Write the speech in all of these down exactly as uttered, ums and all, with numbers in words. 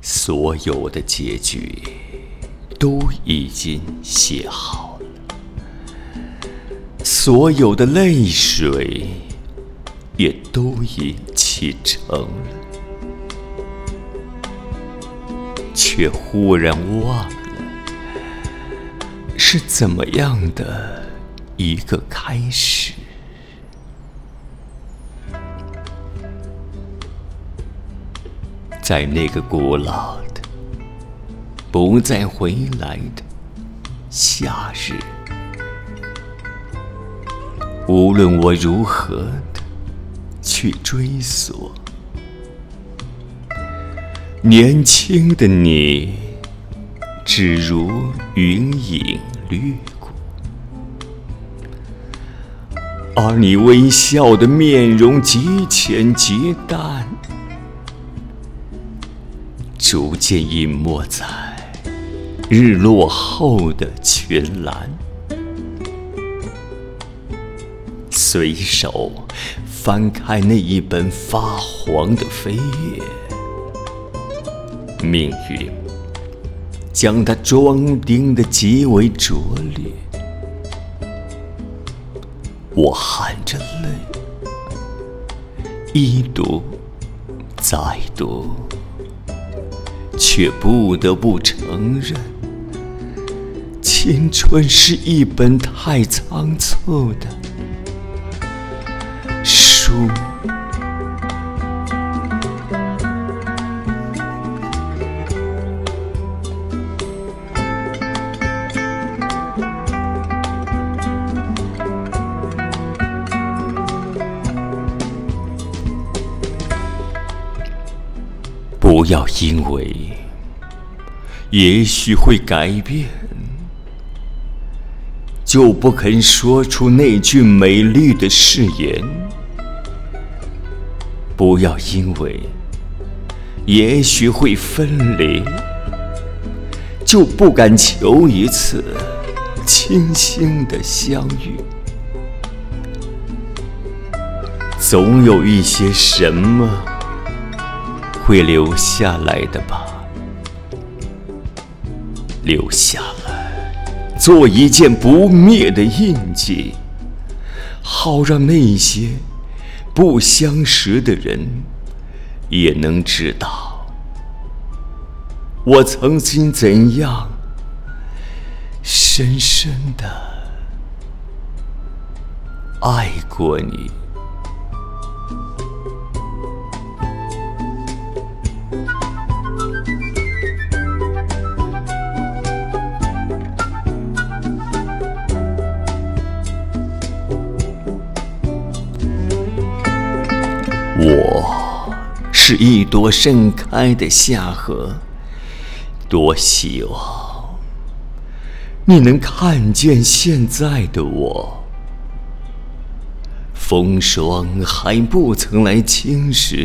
所有的结局都已经写好了，所有的泪水也都已启程了，却忽然忘了是怎么样的一个开始。在那个古老的、不再回来的夏日，无论我如何的去追索，年轻的你只如云影掠过，而你微笑的面容极浅极淡，逐渐隐没在日落后的群岚。随手翻开那一本发黄的扉页，命运将它装订得极为拙劣。我含着泪，一读再读，却不得不承认，青春是一本太仓促的书。不要因为也许会改变，就不肯说出那句美丽的誓言。不要因为也许会分离，就不敢求一次清新的相遇。总有一些什么会留下来的吧，留下来做一件不灭的印记，好让那些不相识的人也能知道，我曾经怎样深深地爱过你。我是一朵盛开的夏荷，多希望你能看见现在的我。风霜还不曾来侵蚀，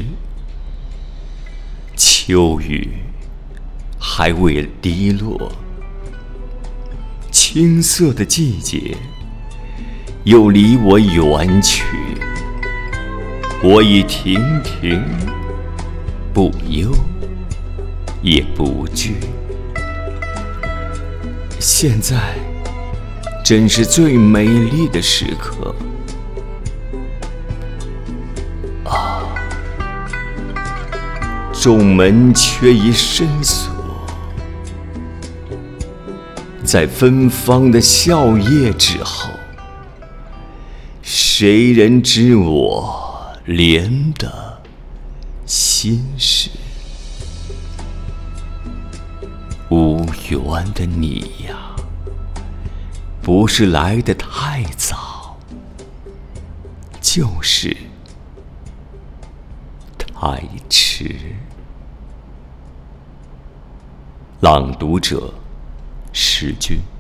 秋雨还未滴落，青涩的季节又离我远去。我已亭亭不忧也不惧，现在真是最美丽的时刻啊！重门却已深锁，在芬芳的笑靥之后，谁人知我莲的心事？无缘的你呀，不是来得太早，就是太迟。朗读者：时君。